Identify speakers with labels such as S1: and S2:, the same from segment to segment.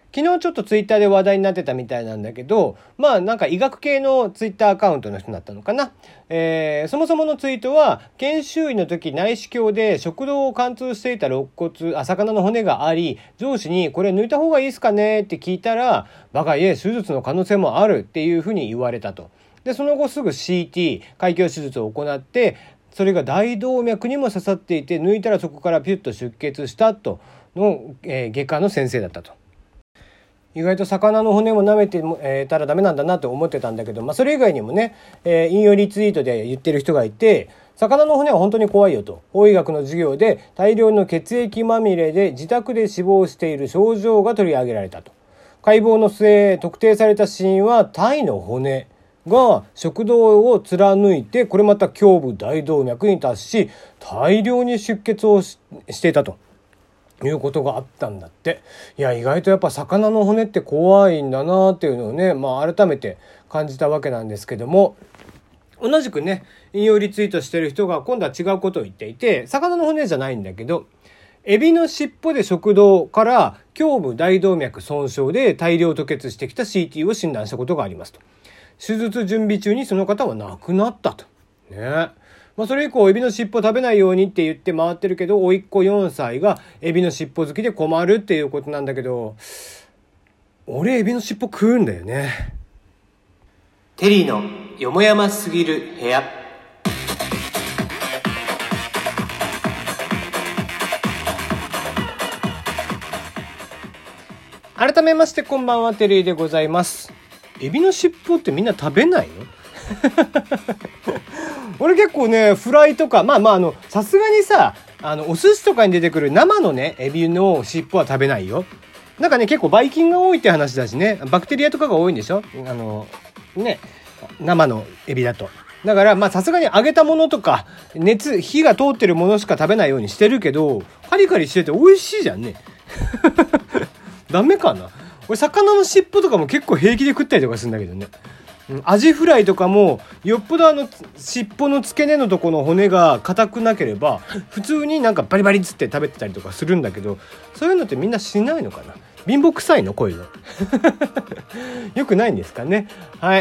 S1: 昨日ちょっとツイッターで話題になってたみたいなんだけど、まあなんか医学系のツイッターアカウントの人だったのかな。そもそものツイートは、研修医の時内視鏡で食道を貫通していた魚の骨があり、上司にこれ抜いた方がいいですかねって聞いたら、バカ手術の可能性もあるっていうふうに言われたと。で、その後すぐ CT、開胸手術を行って、それが大動脈にも刺さっていて、抜いたらそこからピュッと出血したとの、外科の先生だったと。意外と魚の骨も舐めてたらダメなんだなと思ってたんだけど、それ以外にもね、引用リツイートで言ってる人がいて、魚の骨は本当に怖いよと。法医学の授業で大量の血液まみれで自宅で死亡している症状が取り上げられたと。解剖の末、特定された死因は鯛の骨が食道を貫いて、これまた胸部大動脈に達し、大量に出血をしていたということがあったんだって。いや、意外とやっぱ魚の骨って怖いんだなっていうのをね、改めて感じたわけなんですけども、同じくね、引用リツイートしてる人が今度は違うことを言っていて、魚の骨じゃないんだけど、エビの尻尾で食道から胸部大動脈損傷で大量吐血してきた CT を診断したことがありますと。手術準備中にその方は亡くなったと。ね。それ以降エビの尻尾食べないようにって言って回ってるけど、甥っ子4歳がエビの尻尾好きで困るっていうことなんだけど、俺エビの尻尾食うんだよね。テリーのよもやますぎる部屋。改めましてこんばんは、テリーでございます。エビの尻尾ってみんな食べないの？俺結構ね、フライとかさすがにさ、お寿司とかに出てくる生のねエビの尻尾は食べないよ。なんかね、結構ばい菌が多いって話だしね、バクテリアとかが多いんでしょ、生のエビだと。だからさすがに揚げたものとか火が通ってるものしか食べないようにしてるけど、カリカリしてて美味しいじゃんね。ダメかな。俺魚の尻尾とかも結構平気で食ったりとかするんだけどね。アジフライとかもよっぽど尻尾の付け根のとこの骨が硬くなければ普通になんかバリバリっつって食べてたりとかするんだけど、そういうのってみんなしないのかな。貧乏臭いのこういうの。よくないんですかね。はい。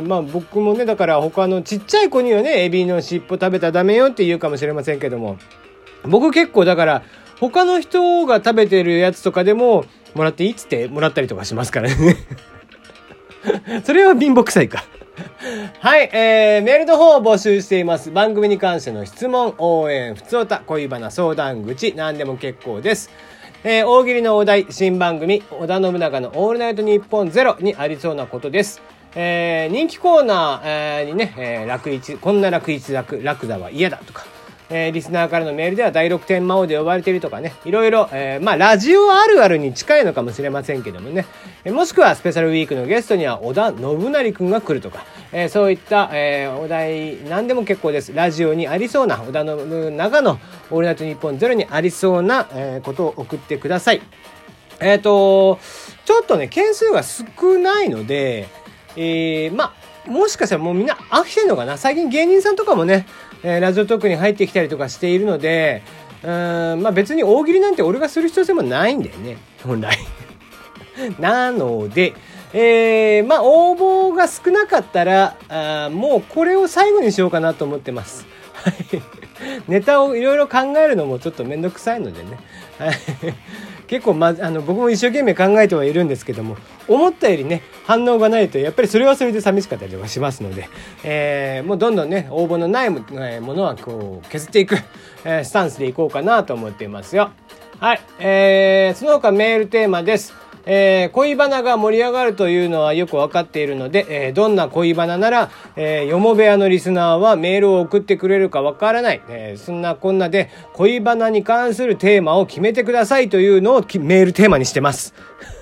S1: 僕もね、だから他のちっちゃい子にはね、エビの尻尾食べたらダメよって言うかもしれませんけども、僕結構だから他の人が食べてるやつとかでももらっていいっつってもらったりとかしますからね。それは貧乏臭いか。はい、メールの方を募集しています。番組に関しての質問、応援、ふつおた、恋バナ、相談口、何でも結構です。大喜利のお題、新番組織田信長のオールナイトニッポンゼロにありそうなことです。人気コーナー、にね、こんな楽座は嫌だとか、リスナーからのメールでは第6天魔王で呼ばれているとかね、いろいろ、ラジオあるあるに近いのかもしれませんけどもね、もしくはスペシャルウィークのゲストには織田信成くんが来るとか、そういった、お題何でも結構です。ラジオにありそうな、織田信長のオールナイトニッポンゼロにありそうな、ことを送ってください。ちょっとね件数が少ないので、もしかしたらもうみんな飽きてんのかな。最近芸人さんとかもね、ラジオトークに入ってきたりとかしているので、別に大喜利なんて俺がする必要性もないんだよね、本来。なので、応募が少なかったらもうこれを最後にしようかなと思ってます。はい。ネタをいろいろ考えるのもちょっとめんどくさいのでね。はい。結構僕も一生懸命考えてはいるんですけども、思ったよりね反応がないとやっぱりそれはそれで寂しかったりとかしますので、もうどんどんね応募のないものはこう削っていく、スタンスでいこうかなと思っていますよ。はい。その他メールテーマです。恋バナが盛り上がるというのはよく分かっているので、どんな恋バナなら、よも部屋のリスナーはメールを送ってくれるか分からない、そんなこんなで恋バナに関するテーマを決めてくださいというのをメールテーマにしてます。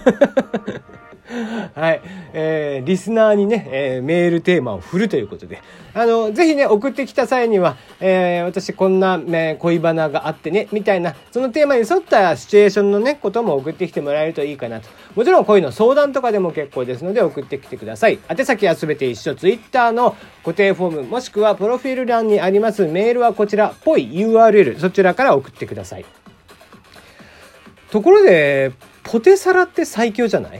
S1: はい、リスナーにね、メールテーマを振るということで、ぜひね送ってきた際には、私こんな、恋バナがあってねみたいな、そのテーマに沿ったシチュエーションのねことも送ってきてもらえるといいかなと。もちろん恋の相談とかでも結構ですので送ってきてください。宛先はすべて一緒。ツイッターの固定フォームもしくはプロフィール欄にありますメールはこちらぽい URL、 そちらから送ってください。ところでポテサラって最強じゃない？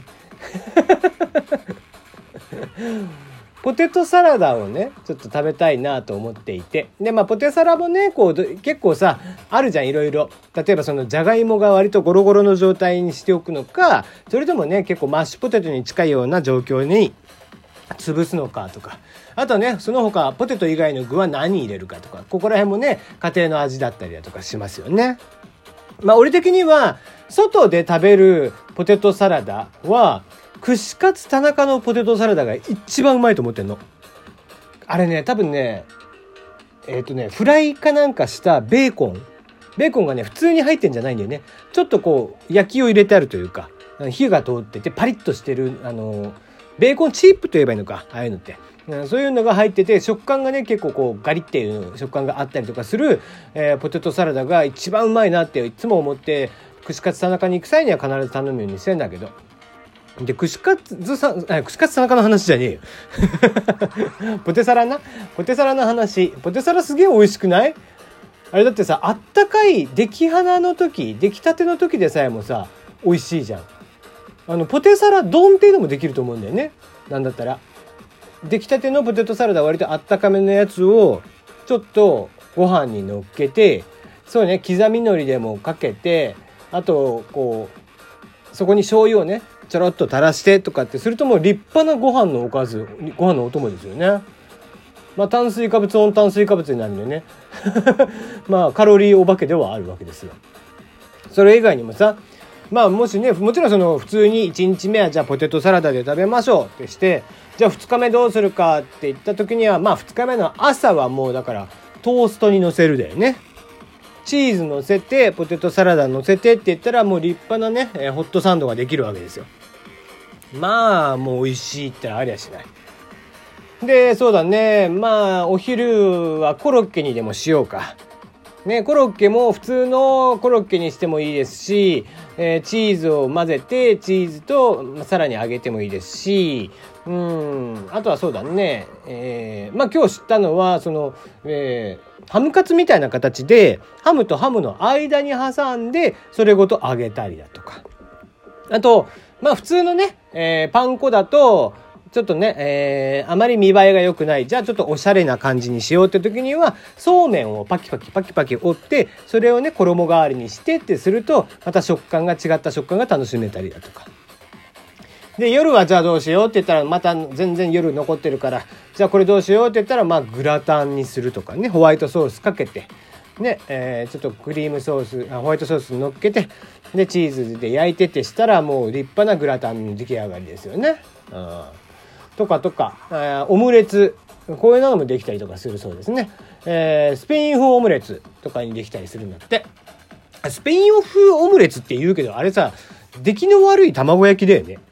S1: ポテトサラダをねちょっと食べたいなと思っていて、でポテサラもねこう結構さあるじゃん、いろいろ。例えばそのじゃがいもが割とゴロゴロの状態にしておくのか、それともね結構マッシュポテトに近いような状況に潰すのかとか、あとねその他ポテト以外の具は何入れるかとか、ここら辺もね家庭の味だったりだとかしますよね。俺的には外で食べるポテトサラダは串カツ田中のポテトサラダが一番うまいと思ってんの。あれね多分ねフライかなんかしたベーコンがね普通に入ってんじゃないんだよね。ちょっとこう焼きを入れてあるというか、火が通っててパリッとしてるベーコンチップと言えばいいのか、ああいうのって、そういうのが入ってて食感がね結構こうガリっていう食感があったりとかする、ポテトサラダが一番うまいなっていつも思って、串カツ田中に行く際には必ず頼むようにしてんだけど、で串カツ田中の話じゃねえよポテサラの話。ポテサラすげえ美味しくない？あれだってさ、あったかい出来たての時でさえもさ美味しいじゃん。ポテサラ丼っていうのもできると思うんだよね。なんだったら出来たてのポテトサラダ割とあったかめのやつをちょっとご飯に乗っけて、そうね、刻み海苔でもかけて、あとこうそこに醤油をねちょろっと垂らしてとかってするともう立派なご飯のおかず、ご飯のお供ですよね。炭水化物オン炭水化物になるんでねカロリーお化けではあるわけですよ。それ以外にもさ、もしね、もちろんその普通に1日目はじゃあポテトサラダで食べましょうってして、じゃあ2日目どうするかって言った時には2日目の朝はもうだからトーストに乗せるだよね。チーズ乗せてポテトサラダ乗せてって言ったらもう立派なねホットサンドができるわけですよ。もう美味しいってありゃしない。でそうだね、お昼はコロッケにでもしようかね。コロッケも普通のコロッケにしてもいいですし、チーズを混ぜてチーズとさらに揚げてもいいですし、あとはそうだね、今日知ったのはその、ハムカツみたいな形でハムとハムの間に挟んでそれごと揚げたりだとか、あと普通のね、パン粉だとちょっとね、あまり見栄えが良くない、じゃあちょっとおしゃれな感じにしようって時にはそうめんをパキパキ折ってそれをね衣代わりにしてってするとまた違った食感が楽しめたりだとかで、夜はじゃあどうしようって言ったらまた全然夜残ってるから、じゃあこれどうしようって言ったらグラタンにするとかね、ホワイトソースかけてね、ちょっとクリームソースホワイトソース乗っけてでチーズで焼いてってしたらもう立派なグラタンの出来上がりですよね。とかオムレツ、こういうのもできたりとかするそうですね。スペイン風オムレツとかにできたりするんだって。スペイン風オムレツって言うけどあれさ出来の悪い卵焼きだよね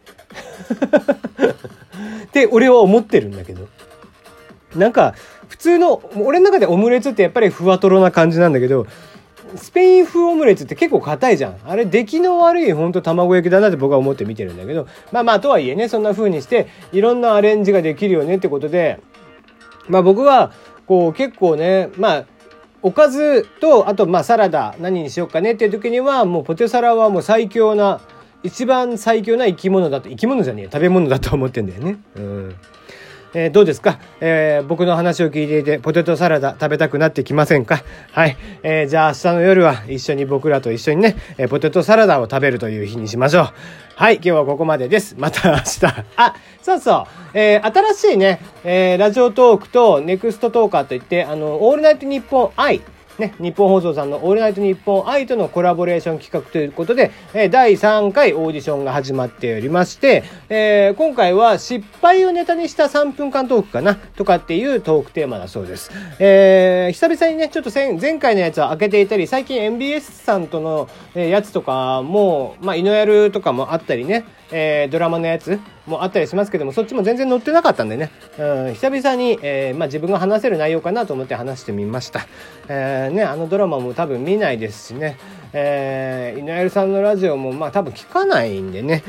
S1: って俺は思ってるんだけど、なんか普通の俺の中でオムレツってやっぱりふわとろな感じなんだけど、スペイン風オムレツって結構硬いじゃん。あれ出来の悪いほんと卵焼きだなって僕は思って見てるんだけど、とはいえね、そんな風にしていろんなアレンジができるよねってことで、僕はこう結構ね、おかずとあとサラダ何にしようかねっていう時にはもうポテサラはもう一番最強な生き物じゃねえ食べ物だと思ってんだよね。どうですか、僕の話を聞いていてポテトサラダ食べたくなってきませんか？はい、じゃあ明日の夜は僕らと一緒にね、ポテトサラダを食べるという日にしましょう。はい、今日はここまでです。また明日。そうそう、新しいね、ラジオトークとネクストトーカーといってオールナイトニッポン愛ね、日本放送さんのオールナイトニッポン愛とのコラボレーション企画ということで、第3回オーディションが始まっておりまして、今回は失敗をネタにした3分間トークかなとかっていうトークテーマだそうです。久々にね、ちょっと前回のやつは開けていたり、最近 MBS さんとのやつとかも、イノヤルとかもあったりね、ドラマのやつもあったりしますけども、そっちも全然載ってなかったんでね、久々に、自分が話せる内容かなと思って話してみました。あのドラマも多分見ないですしね、井上さんのラジオも多分聞かないんでね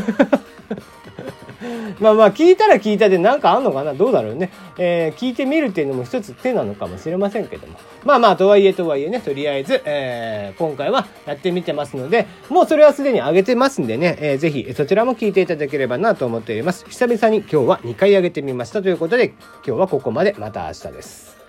S1: 聞いたら聞いたでなんかあんのかな、どうだろうね、聞いてみるっていうのも一つ手なのかもしれませんけども、 まあまあ、とはいえね、とりあえず、今回はやってみてますので、もうそれはすでに上げてますんでね、ぜひそちらも聞いていただければなと思っております。久々に今日は2回上げてみましたということで、今日はここまで。また明日です。